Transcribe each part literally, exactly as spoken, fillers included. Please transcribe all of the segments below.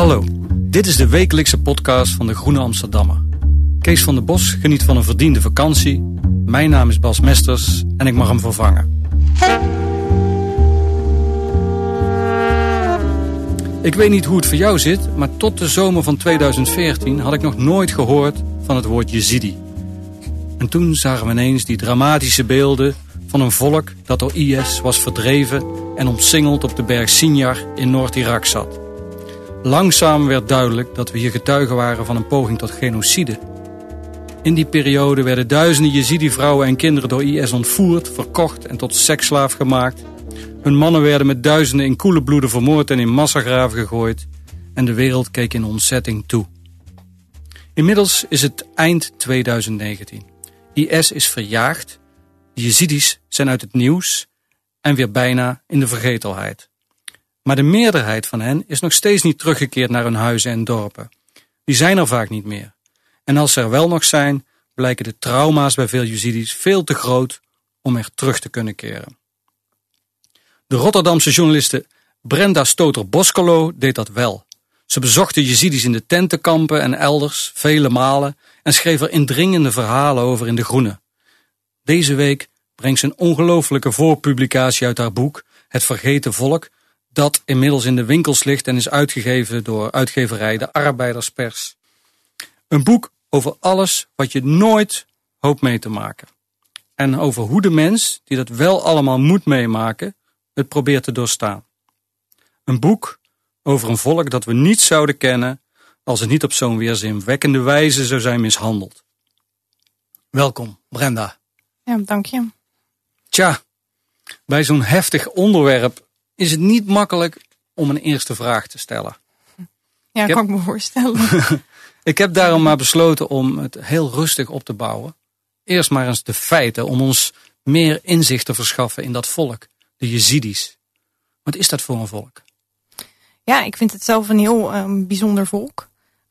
Hallo, dit is de wekelijkse podcast van de Groene Amsterdammer. Kees van der Bos geniet van een verdiende vakantie. Mijn naam is Bas Mesters en ik mag hem vervangen. Ik weet niet hoe het voor jou zit, maar tot de zomer van tweeduizend veertien had ik nog nooit gehoord van het woord Jezidi. En toen zagen we ineens die dramatische beelden van een volk dat door I S was verdreven en omsingeld op de berg Sinjar in Noord-Irak zat. Langzaam werd duidelijk dat we hier getuigen waren van een poging tot genocide. In die periode werden duizenden Jezidi-vrouwen en kinderen door I S ontvoerd, verkocht en tot seksslaaf gemaakt. Hun mannen werden met duizenden in koele bloeden vermoord en in massagraven gegooid. En de wereld keek in ontzetting toe. Inmiddels is het eind tweeduizend negentien. I S is verjaagd, de Jezidis zijn uit het nieuws en weer bijna in de vergetelheid. Maar de meerderheid van hen is nog steeds niet teruggekeerd naar hun huizen en dorpen. Die zijn er vaak niet meer. En als ze er wel nog zijn, blijken de trauma's bij veel Jezidis veel te groot om er terug te kunnen keren. De Rotterdamse journaliste Brenda Stoter-Boskolo deed dat wel. Ze bezocht de Jezidis in de tentenkampen en elders vele malen en schreef er indringende verhalen over in De Groene. Deze week brengt ze een ongelooflijke voorpublicatie uit haar boek Het Vergeten Volk, dat inmiddels in de winkels ligt en is uitgegeven door uitgeverij De Arbeiderspers. Een boek over alles wat je nooit hoopt mee te maken. En over hoe de mens, die dat wel allemaal moet meemaken, het probeert te doorstaan. Een boek over een volk dat we niet zouden kennen als het niet op zo'n weerzinwekkende wijze zou zijn mishandeld. Welkom, Brenda. Ja, dank je. Tja, bij zo'n heftig onderwerp is het niet makkelijk om een eerste vraag te stellen. Ja, ik kan heb... ik me voorstellen. Ik heb daarom maar besloten om het heel rustig op te bouwen. Eerst maar eens de feiten, om ons meer inzicht te verschaffen in dat volk, de Jezidis. Wat is dat voor een volk? Ja, ik vind het zelf een heel um, bijzonder volk.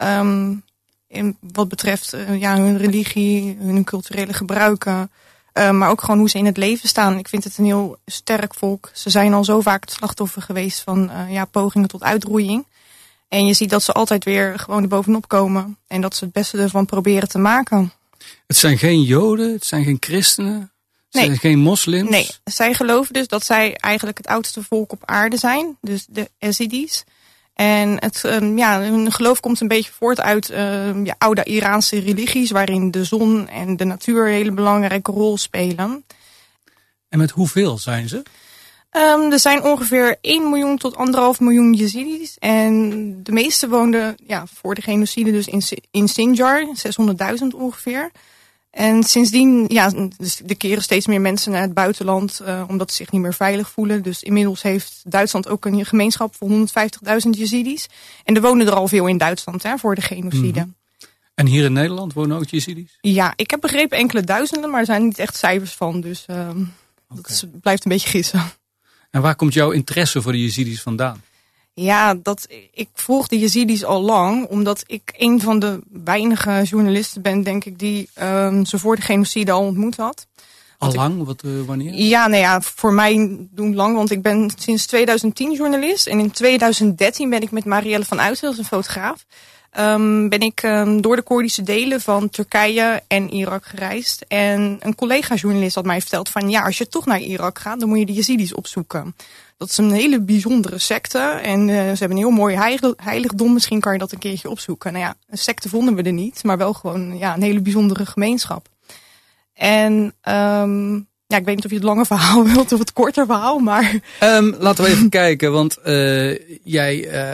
Um, in wat betreft uh, ja, hun religie, hun culturele gebruiken, uh, maar ook gewoon hoe ze in het leven staan. Ik vind het een heel sterk volk. Ze zijn al zo vaak het slachtoffer geweest van uh, ja, pogingen tot uitroeiing. En je ziet dat ze altijd weer gewoon er bovenop komen. En dat ze het beste ervan proberen te maken. Het zijn geen Joden, het zijn geen christenen, het nee. zijn geen moslims. Nee, zij geloven dus dat zij eigenlijk het oudste volk op aarde zijn. Dus de Jezidis. En het, um, ja, hun geloof komt een beetje voort uit uh, ja, oude Iraanse religies, waarin de zon en de natuur een hele belangrijke rol spelen. En met hoeveel zijn ze? Um, er zijn ongeveer één miljoen tot anderhalf miljoen Jezidis. En de meeste woonden ja, voor de genocide dus in, in Sinjar, zeshonderdduizend ongeveer. En sindsdien, ja, dus er keren steeds meer mensen naar het buitenland, uh, omdat ze zich niet meer veilig voelen. Dus inmiddels heeft Duitsland ook een gemeenschap van honderdvijftigduizend Jezidis. En er wonen er al veel in Duitsland hè, voor de genocide. Mm-hmm. En hier in Nederland wonen ook Jezidis? Ja, ik heb begrepen enkele duizenden, maar er zijn niet echt cijfers van. Dus uh, okay. dat is, blijft een beetje gissen. En waar komt jouw interesse voor de Jezidis vandaan? Ja, dat, ik volg de Jezidis al lang, omdat ik een van de weinige journalisten ben, denk ik, die um, ze voor de genocide al ontmoet had. Al lang? Wat, uh, wanneer? Ja, nou ja, voor mij doen lang, want ik ben sinds tweeduizend tien journalist. En in tweeduizend dertien ben ik met Marielle van Uitwils, een fotograaf, um, ben ik um, door de Koerdische delen van Turkije en Irak gereisd. En een collega-journalist had mij verteld van, ja, als je toch naar Irak gaat, dan moet je de Jezidis opzoeken. Dat is een hele bijzondere secte en uh, ze hebben een heel mooi heilig, heiligdom. Misschien kan je dat een keertje opzoeken. Nou ja, een secte vonden we er niet, maar wel gewoon ja, een hele bijzondere gemeenschap. En um, ja, ik weet niet of je het lange verhaal wilt of het korter verhaal, maar... Um, laten we even kijken, want uh, jij... Uh,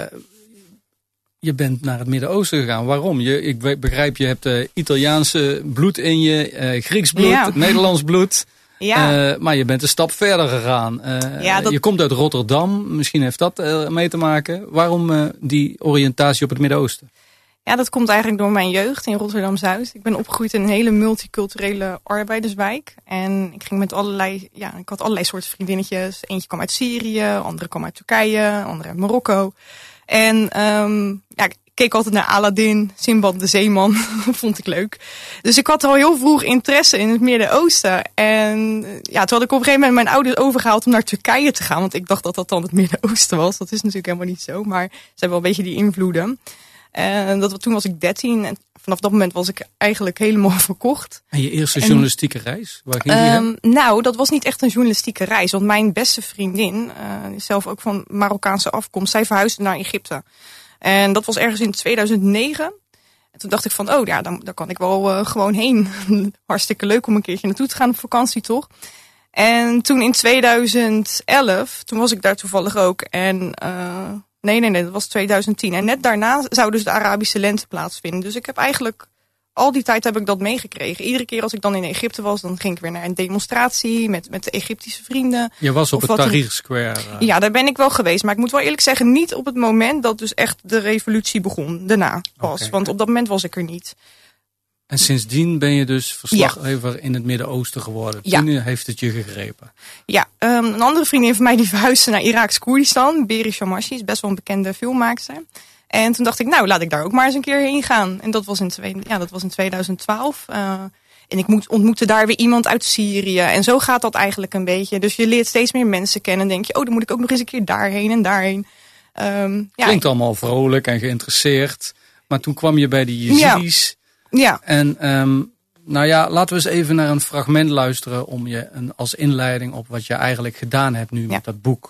je bent naar het Midden-Oosten gegaan. Waarom? Je, ik begrijp, je hebt uh, Italiaanse bloed in je, uh, Grieks bloed, ja. Nederlands bloed... Ja. Uh, maar je bent een stap verder gegaan. Uh, ja, dat... Je komt uit Rotterdam. Misschien heeft dat uh, mee te maken. Waarom uh, die oriëntatie op het Midden-Oosten? Ja, dat komt eigenlijk door mijn jeugd in Rotterdam-Zuid. Ik ben opgegroeid in een hele multiculturele arbeiderswijk. En ik ging met allerlei, ja, ik had allerlei soorten vriendinnetjes. Eentje kwam uit Syrië, andere kwam uit Turkije, andere uit Marokko. En um, ja, ik keek altijd naar Aladdin, Sinbad de Zeeman. Vond ik leuk. Dus ik had al heel vroeg interesse in het Midden-Oosten. En ja, toen had ik op een gegeven moment mijn ouders overgehaald om naar Turkije te gaan. Want ik dacht dat dat dan het Midden-Oosten was. Dat is natuurlijk helemaal niet zo. Maar ze hebben wel een beetje die invloeden. En dat, toen was ik dertien en vanaf dat moment was ik eigenlijk helemaal verkocht. En je eerste journalistieke en, reis? Waar ging die um, nou, dat was niet echt een journalistieke reis. Want mijn beste vriendin, uh, zelf ook van Marokkaanse afkomst, zij verhuisde naar Egypte. En dat was ergens in tweeduizend negen. En toen dacht ik van, oh ja, dan, dan kan ik wel uh, gewoon heen. Hartstikke leuk om een keertje naartoe te gaan op vakantie, toch? En toen in tweeduizend elf, toen was ik daar toevallig ook. En uh, nee, nee, nee, dat was tweeduizend tien. En net daarna zou dus de Arabische lente plaatsvinden. Dus ik heb eigenlijk, al die tijd heb ik dat meegekregen. Iedere keer als ik dan in Egypte was, dan ging ik weer naar een demonstratie met, met de Egyptische vrienden. Je was op het Tahrir Square. Uh... Ja, daar ben ik wel geweest. Maar ik moet wel eerlijk zeggen, niet op het moment dat dus echt de revolutie begon. Daarna pas. Okay. Want op dat moment was ik er niet. En sindsdien ben je dus verslaggever ja. in het Midden-Oosten geworden. Ja. Toen heeft het je gegrepen. Ja, um, een andere vriendin van mij die verhuisde naar Iraaks Koerdistan. Beri Shamashi is best wel een bekende filmmaakster. En toen dacht ik, nou laat ik daar ook maar eens een keer heen gaan. En dat was in, twee, ja, dat was in tweeduizend twaalf. Uh, en ik moet, ontmoette daar weer iemand uit Syrië. En zo gaat dat eigenlijk een beetje. Dus je leert steeds meer mensen kennen. En denk je, oh dan moet ik ook nog eens een keer daarheen en daarheen. Um, ja. Klinkt allemaal vrolijk en geïnteresseerd. Maar toen kwam je bij de Jezidis. Ja. Ja. En um, nou ja, laten we eens even naar een fragment luisteren om je een, als inleiding op wat je eigenlijk gedaan hebt nu ja. met dat boek.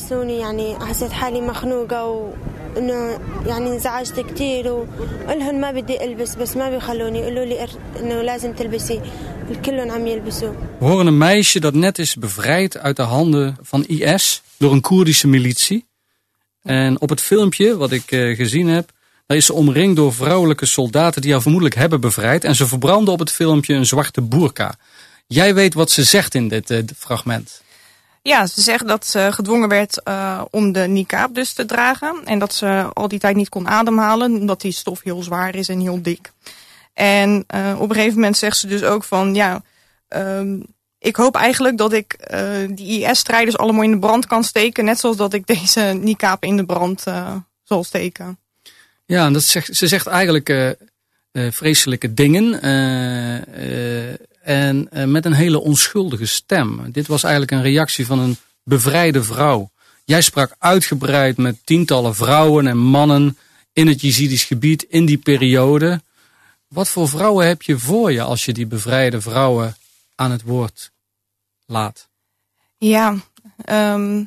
We horen een meisje dat net is bevrijd uit de handen van I S door een Koerdische militie. En op het filmpje wat ik uh, gezien heb, daar is ze omringd door vrouwelijke soldaten die haar vermoedelijk hebben bevrijd. En ze verbranden op het filmpje een zwarte boerka. Jij weet wat ze zegt in dit uh, fragment. Ja, ze zegt dat ze gedwongen werd uh, om de niqab dus te dragen. En dat ze al die tijd niet kon ademhalen, omdat die stof heel zwaar is en heel dik. En uh, op een gegeven moment zegt ze dus ook van, ja, um, ik hoop eigenlijk dat ik uh, die I S-strijders allemaal in de brand kan steken. Net zoals dat ik deze niqab in de brand uh, zal steken. Ja, en dat zegt, ze zegt eigenlijk uh, uh, vreselijke dingen uh, uh, en uh, met een hele onschuldige stem. Dit was eigenlijk een reactie van een bevrijde vrouw. Jij sprak uitgebreid met tientallen vrouwen en mannen in het Jezidisch gebied in die periode. Wat voor vrouwen heb je voor je als je die bevrijde vrouwen aan het woord laat? Ja, um,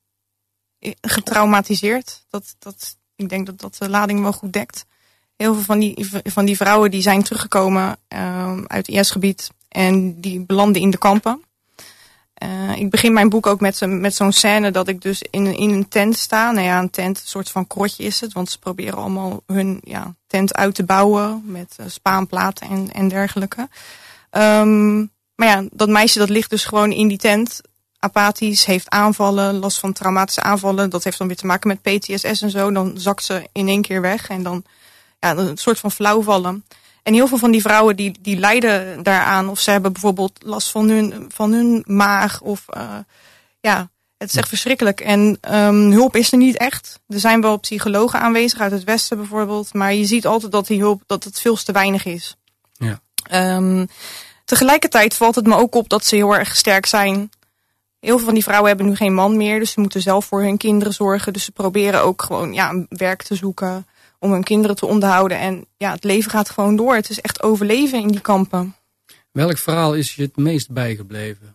getraumatiseerd. Dat... dat Ik denk dat dat de lading wel goed dekt. Heel veel van die, van die vrouwen die zijn teruggekomen uh, uit het I S-gebied en die belanden in de kampen. Uh, ik begin mijn boek ook met, met zo'n scène dat ik dus in, in een tent sta. Nou ja, een tent, een soort van krotje is het. Want ze proberen allemaal hun ja, tent uit te bouwen met uh, spaanplaten en, en dergelijke. Um, maar ja, dat meisje dat ligt dus gewoon in die tent, apathisch, heeft aanvallen, last van traumatische aanvallen. Dat heeft dan weer te maken met P T S S en zo. Dan zakt ze in één keer weg en dan ja, een soort van flauwvallen. En heel veel van die vrouwen die, die lijden daaraan. Of ze hebben bijvoorbeeld last van hun, van hun maag. Of uh, ja, het is echt verschrikkelijk. En um, hulp is er niet echt. Er zijn wel psychologen aanwezig uit het Westen bijvoorbeeld. Maar je ziet altijd dat die hulp, dat het veel te weinig is. Ja. Um, tegelijkertijd valt het me ook op dat ze heel erg sterk zijn. Heel veel van die vrouwen hebben nu geen man meer. Dus ze moeten zelf voor hun kinderen zorgen. Dus ze proberen ook gewoon ja, werk te zoeken om hun kinderen te onderhouden. En ja, het leven gaat gewoon door. Het is echt overleven in die kampen. Welk verhaal is je het meest bijgebleven?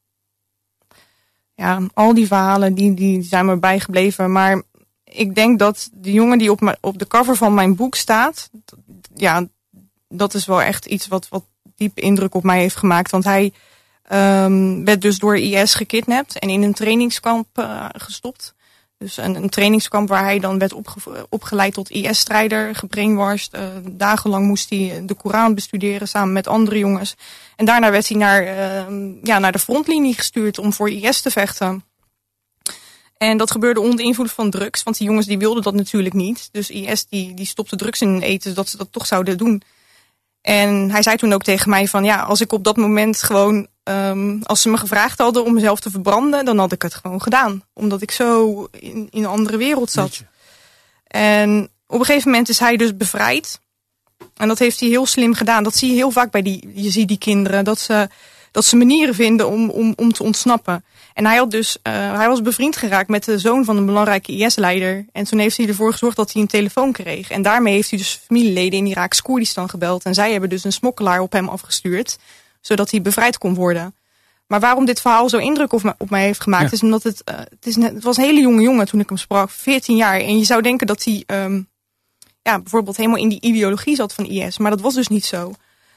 Ja, al die verhalen die, die zijn me bijgebleven. Maar ik denk dat de jongen die op, mijn, op de cover van mijn boek staat, ja, dat is wel echt iets wat, wat diepe indruk op mij heeft gemaakt. Want hij um, werd dus door I S gekidnapt en in een trainingskamp uh, gestopt. Dus een, een trainingskamp waar hij dan werd opge- opgeleid tot I S-strijder, gebrainwashed. Uh, dagenlang moest hij de Koran bestuderen samen met andere jongens. En daarna werd hij naar, uh, ja, naar de frontlinie gestuurd om voor I S te vechten. En dat gebeurde onder invloed van drugs, want die jongens die wilden dat natuurlijk niet. Dus I S die, die stopte drugs in hun eten, zodat ze dat toch zouden doen. En hij zei toen ook tegen mij van ja, als ik op dat moment gewoon, um, als ze me gevraagd hadden om mezelf te verbranden, dan had ik het gewoon gedaan. Omdat ik zo in, in een andere wereld zat. En op een gegeven moment is hij dus bevrijd. En dat heeft hij heel slim gedaan. Dat zie je heel vaak bij die, je ziet die kinderen. Dat ze, dat ze manieren vinden om, om, om te ontsnappen. En hij, had dus, uh, hij was bevriend geraakt met de zoon van een belangrijke I S-leider. En toen heeft hij ervoor gezorgd dat hij een telefoon kreeg. En daarmee heeft hij dus familieleden in Iraaks Koerdistan gebeld. En zij hebben dus een smokkelaar op hem afgestuurd. Zodat hij bevrijd kon worden. Maar waarom dit verhaal zo indruk op, me, op mij heeft gemaakt... Ja. is omdat het, uh, het, is net, het was een hele jonge jongen toen ik hem sprak. veertien jaar. En je zou denken dat hij um, ja, bijvoorbeeld helemaal in die ideologie zat van I S. Maar dat was dus niet zo.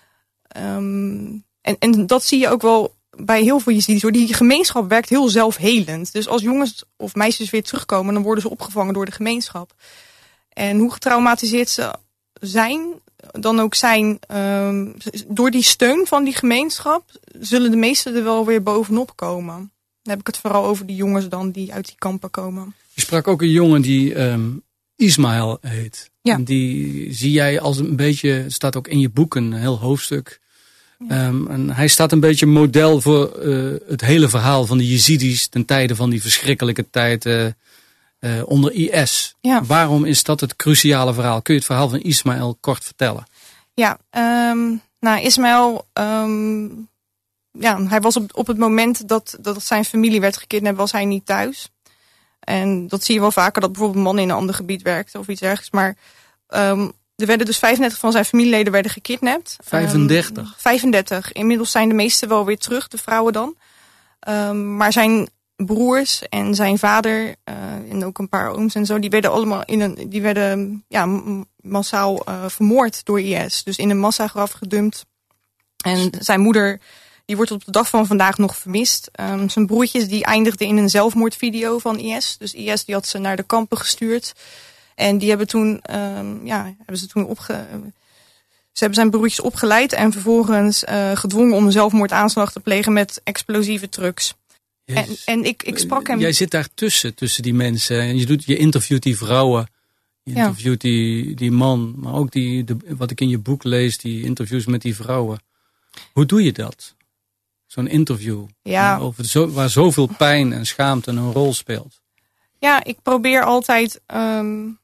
Um, en, en dat zie je ook wel... bij heel veel Jezidis, hoor. Die gemeenschap werkt heel zelfhelend. Dus als jongens of meisjes weer terugkomen, dan worden ze opgevangen door de gemeenschap. En hoe getraumatiseerd ze zijn, dan ook zijn, um, door die steun van die gemeenschap, zullen de meesten er wel weer bovenop komen. Dan heb ik het vooral over die jongens dan die uit die kampen komen. Je sprak ook een jongen die um, Ismaël heet. Ja. En die zie jij als een beetje, het staat ook in je boek, een heel hoofdstuk. Ja. Um, en hij staat een beetje model voor uh, het hele verhaal van de Jezidis ten tijde van die verschrikkelijke tijd uh, uh, onder I S. Ja. Waarom is dat het cruciale verhaal? Kun je het verhaal van Ismaël kort vertellen? Ja, um, nou Ismaël, um, ja, hij was op, op het moment dat, dat zijn familie werd gekidnapt, was hij niet thuis. En dat zie je wel vaker, dat bijvoorbeeld een man in een ander gebied werkte of iets dergelijks. Maar um, er werden dus vijfendertig van zijn familieleden werden gekidnapt. vijfendertig? Um, vijfendertig. Inmiddels zijn de meeste wel weer terug, de vrouwen dan. Um, maar zijn broers en zijn vader uh, en ook een paar ooms en zo, die werden allemaal in een, die werden ja, massaal uh, vermoord door I S. Dus in een massagraf gedumpt. En zijn moeder, die wordt op de dag van vandaag nog vermist. Um, zijn broertjes, die eindigden in een zelfmoordvideo van I S. Dus I S die had ze naar de kampen gestuurd. En die hebben toen, um, ja, hebben ze toen opge... Ze hebben zijn broertjes opgeleid en vervolgens uh, gedwongen om een zelfmoordaanslag te plegen met explosieve trucks. En, en ik, ik sprak hem... Jij zit daar tussen, tussen die mensen. En je, doet, je interviewt die vrouwen. Je interviewt ja. die, die man. Maar ook die, de, wat ik in je boek lees, die interviews met die vrouwen. Hoe doe je dat? Zo'n interview. Ja. Over zo, waar zoveel pijn en schaamte een rol speelt. Ja, ik probeer altijd... Um,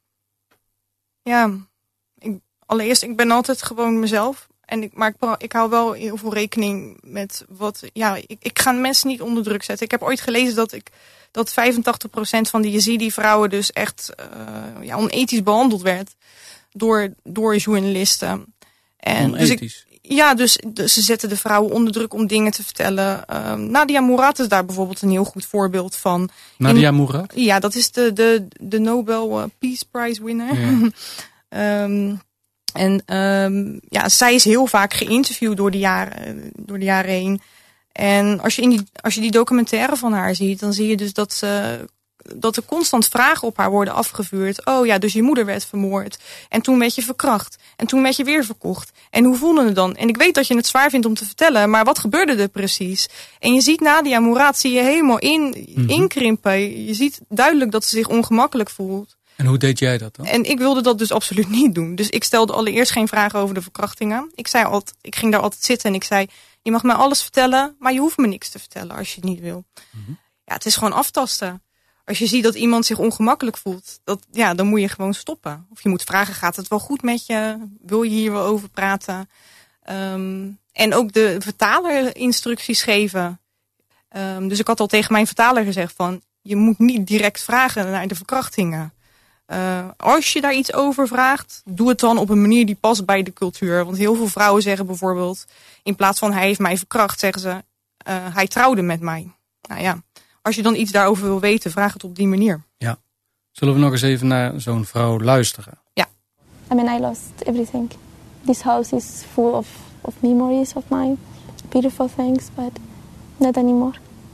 ja, ik, allereerst, ik ben altijd gewoon mezelf. En ik, maar ik, ik hou wel heel veel rekening met wat... Ja, ik, ik ga mensen niet onder druk zetten. Ik heb ooit gelezen dat ik dat vijfentachtig procent van de Jezidi-vrouwen dus echt uh, ja, onethisch behandeld werd door, door journalisten. En onethisch? Dus ik, ja, dus, dus ze zetten de vrouwen onder druk om dingen te vertellen. Um, Nadia Murad is daar bijvoorbeeld een heel goed voorbeeld van. Nadia Murad? Ja, dat is de, de, de Nobel Peace Prize winner. Ja. um, En um, ja, zij is heel vaak geïnterviewd door de jaren, door de jaren heen. En als je, in die, als je die documentaire van haar ziet, dan zie je dus dat, ze, dat er constant vragen op haar worden afgevuurd. Oh ja, dus je moeder werd vermoord. En toen werd je verkracht. En toen werd je weer verkocht. En hoe voelde het dan? En ik weet dat je het zwaar vindt om te vertellen, maar wat gebeurde er precies? En je ziet Nadia Murad zie je helemaal in, mm-hmm. inkrimpen. Je ziet duidelijk dat ze zich ongemakkelijk voelt. En hoe deed jij dat dan? En ik wilde dat dus absoluut niet doen. Dus ik stelde allereerst geen vragen over de verkrachtingen. Ik zei altijd, ik ging daar altijd zitten en ik zei, je mag mij alles vertellen, maar je hoeft me niks te vertellen als je het niet wil. Mm-hmm. Ja, het is gewoon aftasten. Als je ziet dat iemand zich ongemakkelijk voelt, dat, ja, dan moet je gewoon stoppen. Of je moet vragen, gaat het wel goed met je? Wil je hier wel over praten? Um, en ook de vertaler instructies geven. Um, dus ik had al tegen mijn vertaler gezegd van, je moet niet direct vragen naar de verkrachtingen. Uh, als je daar iets over vraagt, doe het dan op een manier die past bij de cultuur. Want heel veel vrouwen zeggen bijvoorbeeld, in plaats van hij heeft mij verkracht, zeggen ze, uh, hij trouwde met mij. Nou ja, als je dan iets daarover wil weten, vraag het op die manier. Ja. Zullen we nog eens even naar zo'n vrouw luisteren? Ja. I mean, I lost everything. This house is full of, of memories of mine, beautiful things, but not anymore.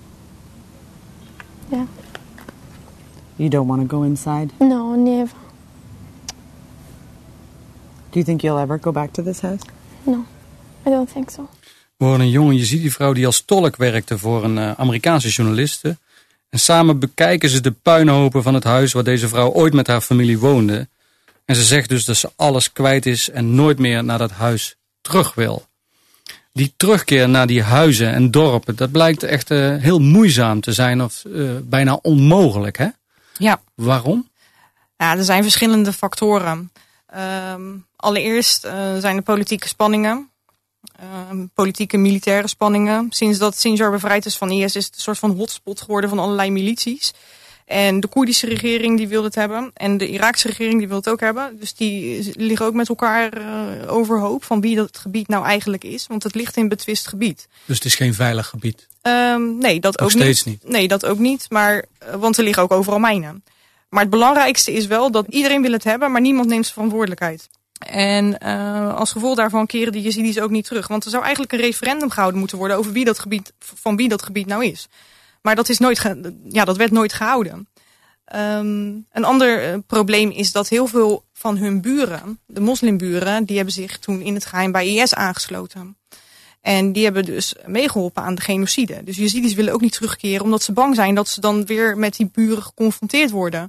Yeah. You don't want to go inside? No, never. Do you think you'll ever go back to this house? No, I don't think so. We horen een jonge Jezidi-vrouw die als tolk werkte voor een uh, Amerikaanse journaliste. En samen bekijken ze de puinhopen van het huis waar deze vrouw ooit met haar familie woonde. En ze zegt dus dat ze alles kwijt is en nooit meer naar dat huis terug wil. Die terugkeer naar die huizen en dorpen, dat blijkt echt uh, heel moeizaam te zijn of uh, bijna onmogelijk, hè? Ja. Waarom? Ja, er zijn verschillende factoren. Um, allereerst uh, zijn er politieke spanningen. Um, politieke militaire spanningen. Sinds dat Sinjar bevrijd is van I S is het een soort van hotspot geworden van allerlei milities. En de Koerdische regering die wil het hebben. En de Iraakse regering die wil het ook hebben. Dus die liggen ook met elkaar uh, overhoop van wie dat gebied nou eigenlijk is. Want het ligt in betwist gebied. Dus het is geen veilig gebied? Um, nee, dat Nog ook steeds niet. niet? Nee, dat ook niet. Maar, uh, want er liggen ook overal mijnen. Maar het belangrijkste is wel dat iedereen wil het hebben, maar niemand neemt zijn verantwoordelijkheid. En uh, als gevolg daarvan keren de Jezidis ook niet terug. Want er zou eigenlijk een referendum gehouden moeten worden over wie dat gebied, van wie dat gebied nou is. Maar dat, is nooit ge, ja, dat werd nooit gehouden. Um, een ander uh, probleem is dat heel veel van hun buren, de moslimburen, die hebben zich toen in het geheim bij I S aangesloten. En die hebben dus meegeholpen aan de genocide. Dus Jezidis willen ook niet terugkeren omdat ze bang zijn dat ze dan weer met die buren geconfronteerd worden.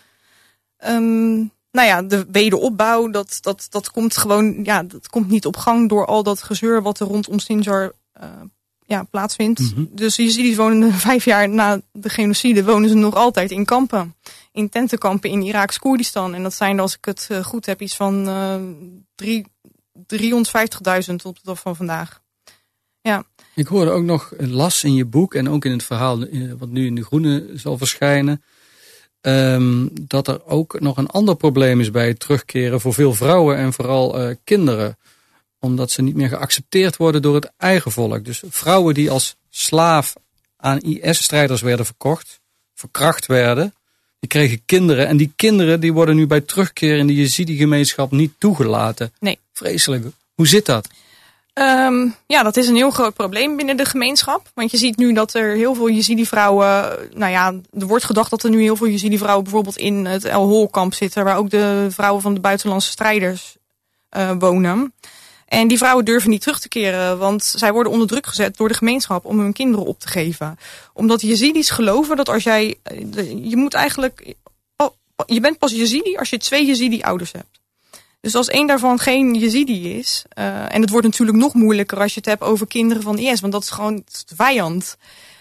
Um, nou ja, de wederopbouw, dat, dat, dat komt gewoon, ja, dat komt niet op gang door al dat gezeur wat er rondom Sinjar uh, ja, plaatsvindt. Mm-hmm. Dus Jezidis wonen vijf jaar na de genocide, wonen ze nog altijd in kampen. In tentenkampen in Iraaks Koerdistan. En dat zijn, als ik het uh, goed heb, iets van uh, drie, driehonderdvijftigduizend op de dag van vandaag. Ja. Ik hoorde ook nog, las in je boek en ook in het verhaal wat nu in De Groene zal verschijnen, um, dat er ook nog een ander probleem is bij het terugkeren voor veel vrouwen en vooral uh, kinderen. Omdat ze niet meer geaccepteerd worden door het eigen volk. Dus vrouwen die als slaaf aan I S-strijders werden verkocht, verkracht werden, die kregen kinderen. En die kinderen die worden nu bij terugkeer in de Jezidi-gemeenschap niet toegelaten. Nee. Vreselijk. Hoe zit dat? Um, ja, dat is een heel groot probleem binnen de gemeenschap. Want je ziet nu dat er heel veel Jezidi-vrouwen, nou ja, er wordt gedacht dat er nu heel veel Jezidi-vrouwen bijvoorbeeld in het El Hol-kamp zitten, waar ook de vrouwen van de buitenlandse strijders uh, wonen. En die vrouwen durven niet terug te keren, want zij worden onder druk gezet door de gemeenschap om hun kinderen op te geven. Omdat Jezidis geloven dat als jij, je moet eigenlijk, je bent pas Jezidi als je twee Jezidi-ouders hebt. Dus als één daarvan geen Jezidi is, uh, en het wordt natuurlijk nog moeilijker als je het hebt over kinderen van I S, want dat is gewoon de vijand.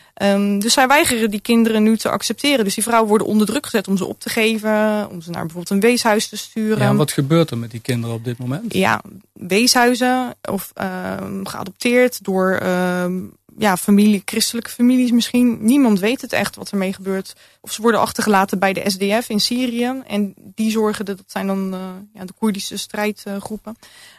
Um, dus zij weigeren die kinderen nu te accepteren. Dus die vrouwen worden onder druk gezet om ze op te geven, om ze naar bijvoorbeeld een weeshuis te sturen. Ja, en wat gebeurt er met die kinderen op dit moment? Ja, weeshuizen of uh, geadopteerd door uh, ja, familie, christelijke families misschien. Niemand weet het echt wat ermee gebeurt. Of ze worden achtergelaten bij de S D F in Syrië. En die zorgen, dat zijn dan uh, ja, de Koerdische strijdgroepen.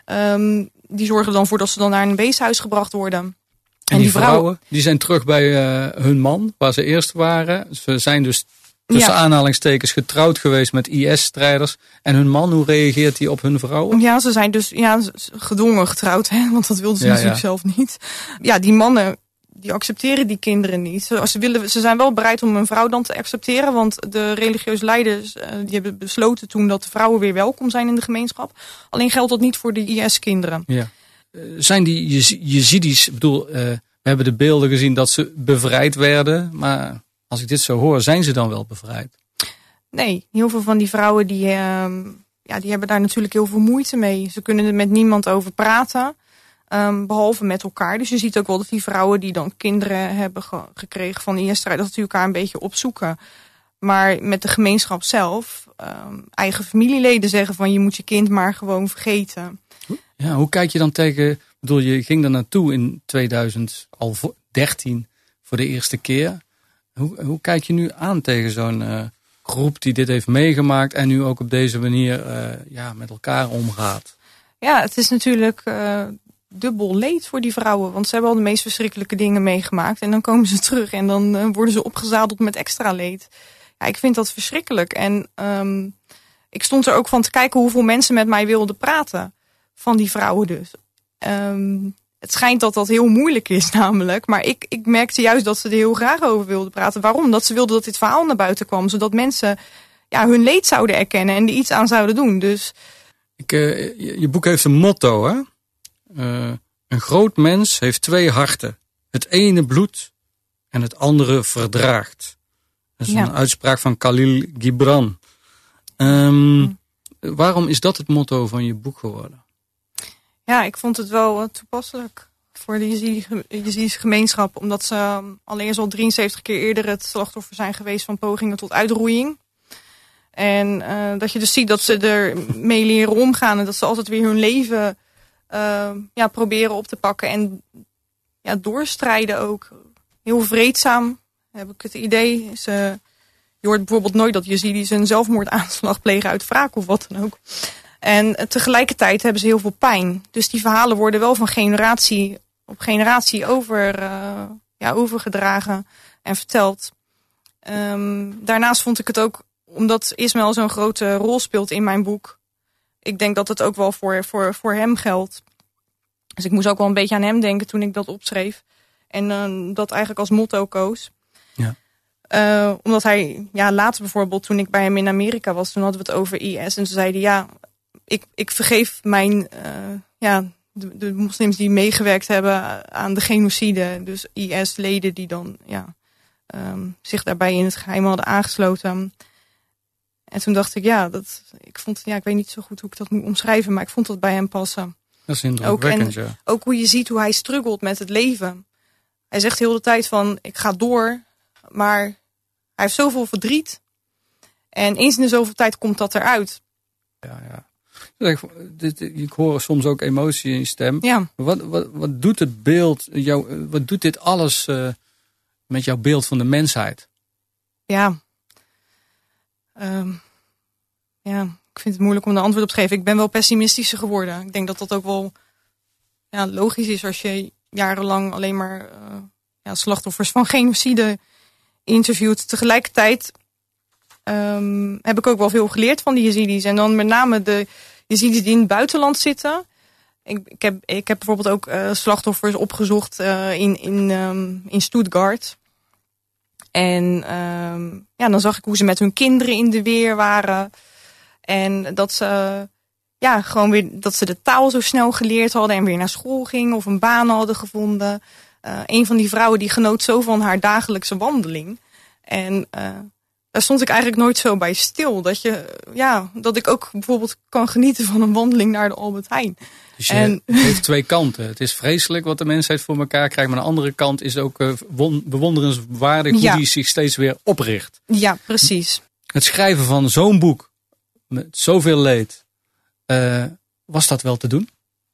Um, die zorgen er dan voor dat ze dan naar een weeshuis gebracht worden. En, en die, die vrouwen, vrouwen, die zijn terug bij uh, hun man, waar ze eerst waren. Ze zijn dus tussen ja. aanhalingstekens getrouwd geweest met I S-strijders. En hun man, hoe reageert hij op hun vrouwen? Ja, ze zijn dus ja, gedwongen getrouwd, hè? Want dat wilden ze ja, natuurlijk ja. zelf niet. Ja, die mannen, die accepteren die kinderen niet. Ze, ze, willen, ze zijn wel bereid om een vrouw dan te accepteren. Want de religieuze leiders uh, die hebben besloten toen dat de vrouwen weer welkom zijn in de gemeenschap. Alleen geldt dat niet voor de I S-kinderen. Ja. Zijn die Jezidis, ik bedoel, uh, we hebben de beelden gezien dat ze bevrijd werden. Maar als ik dit zo hoor, zijn ze dan wel bevrijd? Nee, heel veel van die vrouwen die, uh, ja, die hebben daar natuurlijk heel veel moeite mee. Ze kunnen er met niemand over praten, um, behalve met elkaar. Dus je ziet ook wel dat die vrouwen die dan kinderen hebben ge- gekregen van I S-strijders, dat die elkaar een beetje opzoeken. Maar met de gemeenschap zelf, um, eigen familieleden zeggen van je moet je kind maar gewoon vergeten. Ja, hoe kijk je dan tegen, ik bedoel, je ging er naartoe in tweeduizend dertien voor de eerste keer. Hoe, hoe kijk je nu aan tegen zo'n uh, groep die dit heeft meegemaakt en nu ook op deze manier uh, ja, met elkaar omgaat? Ja, het is natuurlijk uh, dubbel leed voor die vrouwen, want ze hebben al de meest verschrikkelijke dingen meegemaakt. En dan komen ze terug en dan uh, worden ze opgezadeld met extra leed. Ja, ik vind dat verschrikkelijk. En um, ik stond er ook van te kijken hoeveel mensen met mij wilden praten. Van die vrouwen dus. Um, het schijnt dat dat heel moeilijk is namelijk. Maar ik, ik merkte juist dat ze er heel graag over wilden praten. Waarom? Dat ze wilden dat dit verhaal naar buiten kwam. Zodat mensen ja, hun leed zouden erkennen en er iets aan zouden doen. Dus... Ik, uh, je, je boek heeft een motto, hè? Uh, een groot mens heeft twee harten. Het ene bloedt en het andere verdraagt. Dat is ja. een uitspraak van Khalil Gibran. Um, hm. Waarom is dat het motto van je boek geworden? Ja, ik vond het wel uh, toepasselijk voor de Jezidische gemeenschap. Omdat ze um, allereerst al drieënzeventig keer eerder het slachtoffer zijn geweest van pogingen tot uitroeiing. En uh, dat je dus ziet dat ze er mee leren omgaan. En dat ze altijd weer hun leven uh, ja, proberen op te pakken. En ja, doorstrijden ook. Heel vreedzaam, heb ik het idee. Ze, je hoort bijvoorbeeld nooit dat Jezidis een zelfmoordaanslag plegen uit wraak of wat dan ook. En tegelijkertijd hebben ze heel veel pijn. Dus die verhalen worden wel van generatie op generatie over, uh, ja, overgedragen en verteld. Um, daarnaast vond ik het ook, omdat Ismaël zo'n grote rol speelt in mijn boek. Ik denk dat het ook wel voor, voor, voor hem geldt. Dus ik moest ook wel een beetje aan hem denken toen ik dat opschreef. En uh, dat eigenlijk als motto koos. Ja. Uh, omdat hij, ja, later bijvoorbeeld, toen ik bij hem in Amerika was, toen hadden we het over I S. En toen zei hij, ja, ik, ik vergeef mijn, uh, ja, de, de moslims die meegewerkt hebben aan de genocide. Dus I S-leden die dan, ja, um, zich daarbij in het geheim hadden aangesloten. En toen dacht ik, ja, dat, ik vond, ja, ik weet niet zo goed hoe ik dat moet omschrijven, maar ik vond dat bij hem passen. Dat is indrukwekkend, ja. Ook hoe je ziet hoe hij struggelt met het leven. Hij zegt heel de tijd van, ik ga door, maar hij heeft zoveel verdriet. En eens in de zoveel tijd komt dat eruit. Ja, ja. Ik hoor soms ook emotie in je stem. Ja. Wat, wat, wat doet het beeld, jou, wat doet dit alles uh, met jouw beeld van de mensheid? Ja. Um, ja, ik vind het moeilijk om een antwoord op te geven. Ik ben wel pessimistischer geworden. Ik denk dat dat ook wel ja, logisch is als je jarenlang alleen maar uh, ja, slachtoffers van genocide interviewt. Tegelijkertijd um, heb ik ook wel veel geleerd van die Jezidis. En dan met name de Jezidis die in het buitenland zitten. Ik, ik, heb, ik heb bijvoorbeeld ook uh, slachtoffers opgezocht uh, in, in, um, in Stuttgart. En um, ja, dan zag ik hoe ze met hun kinderen in de weer waren. En dat ze, ja, gewoon weer, dat ze de taal zo snel geleerd hadden en weer naar school gingen of een baan hadden gevonden. Uh, een van die vrouwen die genoot zo van haar dagelijkse wandeling. En uh, daar stond ik eigenlijk nooit zo bij stil. Dat, je, ja, dat ik ook bijvoorbeeld kan genieten van een wandeling naar de Albert Heijn. Dus je, en, het heeft twee kanten. Het is vreselijk wat de mensheid voor elkaar krijgt. Maar aan de andere kant is het ook uh, bewonderenswaardig hoe ja. die zich steeds weer opricht. Ja, precies. Het schrijven van zo'n boek met zoveel leed. Uh, was dat wel te doen?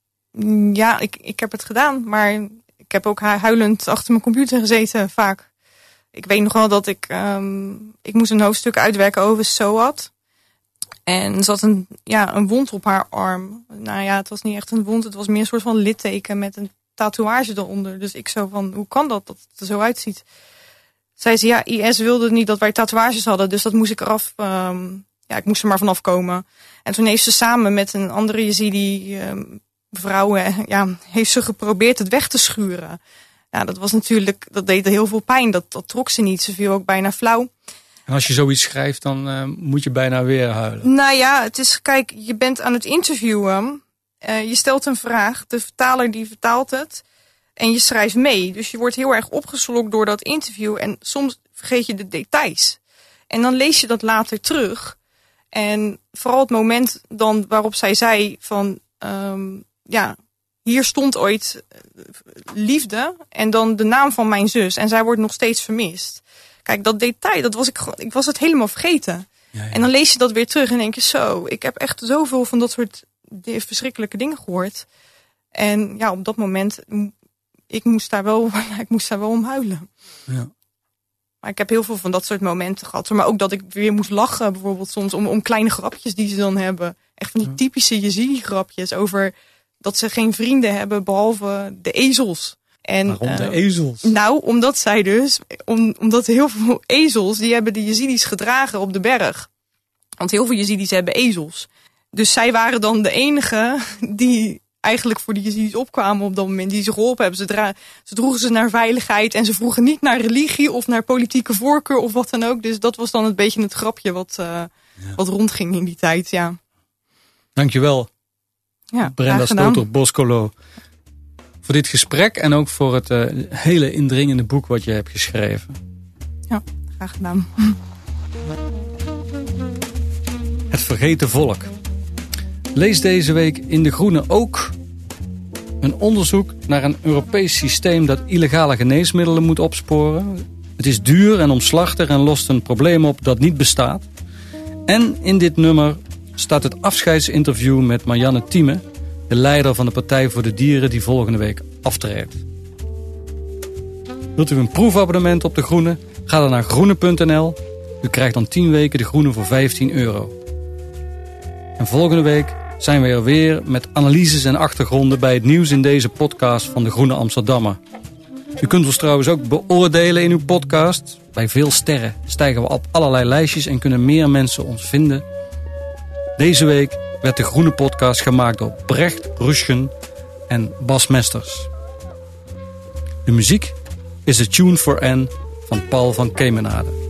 Ja, ik, ik heb het gedaan. Maar ik heb ook huilend achter mijn computer gezeten vaak. Ik weet nog wel dat ik... Um, ik moest een hoofdstuk uitwerken over Soad. En er zat een, ja, een wond op haar arm. Nou ja, het was niet echt een wond. Het was meer een soort van litteken met een tatoeage eronder. Dus ik zo van, hoe kan dat, dat het er zo uitziet? Zei ze, ja, I S wilde niet dat wij tatoeages hadden. Dus dat moest ik eraf... Um, ja, ik moest er maar vanaf komen. En toen heeft ze samen met een andere Jezidi um, vrouw... ja, heeft ze geprobeerd het weg te schuren. Ja, dat was natuurlijk... Dat deed heel veel pijn. Dat, dat trok ze niet. Ze viel ook bijna flauw. En als je zoiets schrijft, dan uh, moet je bijna weer huilen. Nou ja, het is, kijk, je bent aan het interviewen. Uh, je stelt een vraag. De vertaler die vertaalt het. En je schrijft mee. Dus je wordt heel erg opgeslokt door dat interview. En soms vergeet je de details. En dan lees je dat later terug. En vooral het moment dan waarop zij zei van... Um, ja, hier stond ooit liefde. En dan de naam van mijn zus. En zij wordt nog steeds vermist. Kijk, dat detail, dat was ik, ik was het helemaal vergeten. Ja, ja. En dan lees je dat weer terug en denk je zo... ik heb echt zoveel van dat soort verschrikkelijke dingen gehoord. En ja, op dat moment... ik moest daar wel, ik moest daar wel om huilen. Ja. Maar ik heb heel veel van dat soort momenten gehad. Maar ook dat ik weer moest lachen bijvoorbeeld soms... om, om kleine grapjes die ze dan hebben. Echt van die ja. typische Jezidi-grapjes... over dat ze geen vrienden hebben behalve de ezels. En, Waarom uh, de ezels? Nou, omdat zij dus... Om, omdat heel veel ezels... die hebben de Jezidis gedragen op de berg. Want heel veel Jezidis hebben ezels. Dus zij waren dan de enige die eigenlijk voor de Jezidis opkwamen op dat moment. Die ze geholpen hebben. Ze, dra- ze droegen ze naar veiligheid. En ze vroegen niet naar religie of naar politieke voorkeur of wat dan ook. Dus dat was dan een beetje het grapje wat, uh, ja. wat rondging in die tijd. Ja. Dankjewel. Ja, Brenda Stoter-Boscolo. Voor dit gesprek en ook voor het uh, hele indringende boek wat je hebt geschreven. Ja, graag gedaan. Het vergeten volk. Lees deze week in De Groene ook een onderzoek naar een Europees systeem dat illegale geneesmiddelen moet opsporen. Het is duur en omslachtig en lost een probleem op dat niet bestaat. En in dit nummer staat het afscheidsinterview met Marianne Thieme, de leider van de Partij voor de Dieren die volgende week aftreedt. Wilt u een proefabonnement op De Groene? Ga dan naar groene punt n l. U krijgt dan tien weken De Groene voor vijftien euro. En volgende week zijn we er weer met analyses en achtergronden bij het nieuws in deze podcast van De Groene Amsterdammer. U kunt ons trouwens ook beoordelen in uw podcast. Bij veel sterren stijgen we op allerlei lijstjes en kunnen meer mensen ons vinden. Deze week werd De Groene Podcast gemaakt door Brecht Ruschen en Bas Mesters. De muziek is de Tune for N van Paul van Kemenade.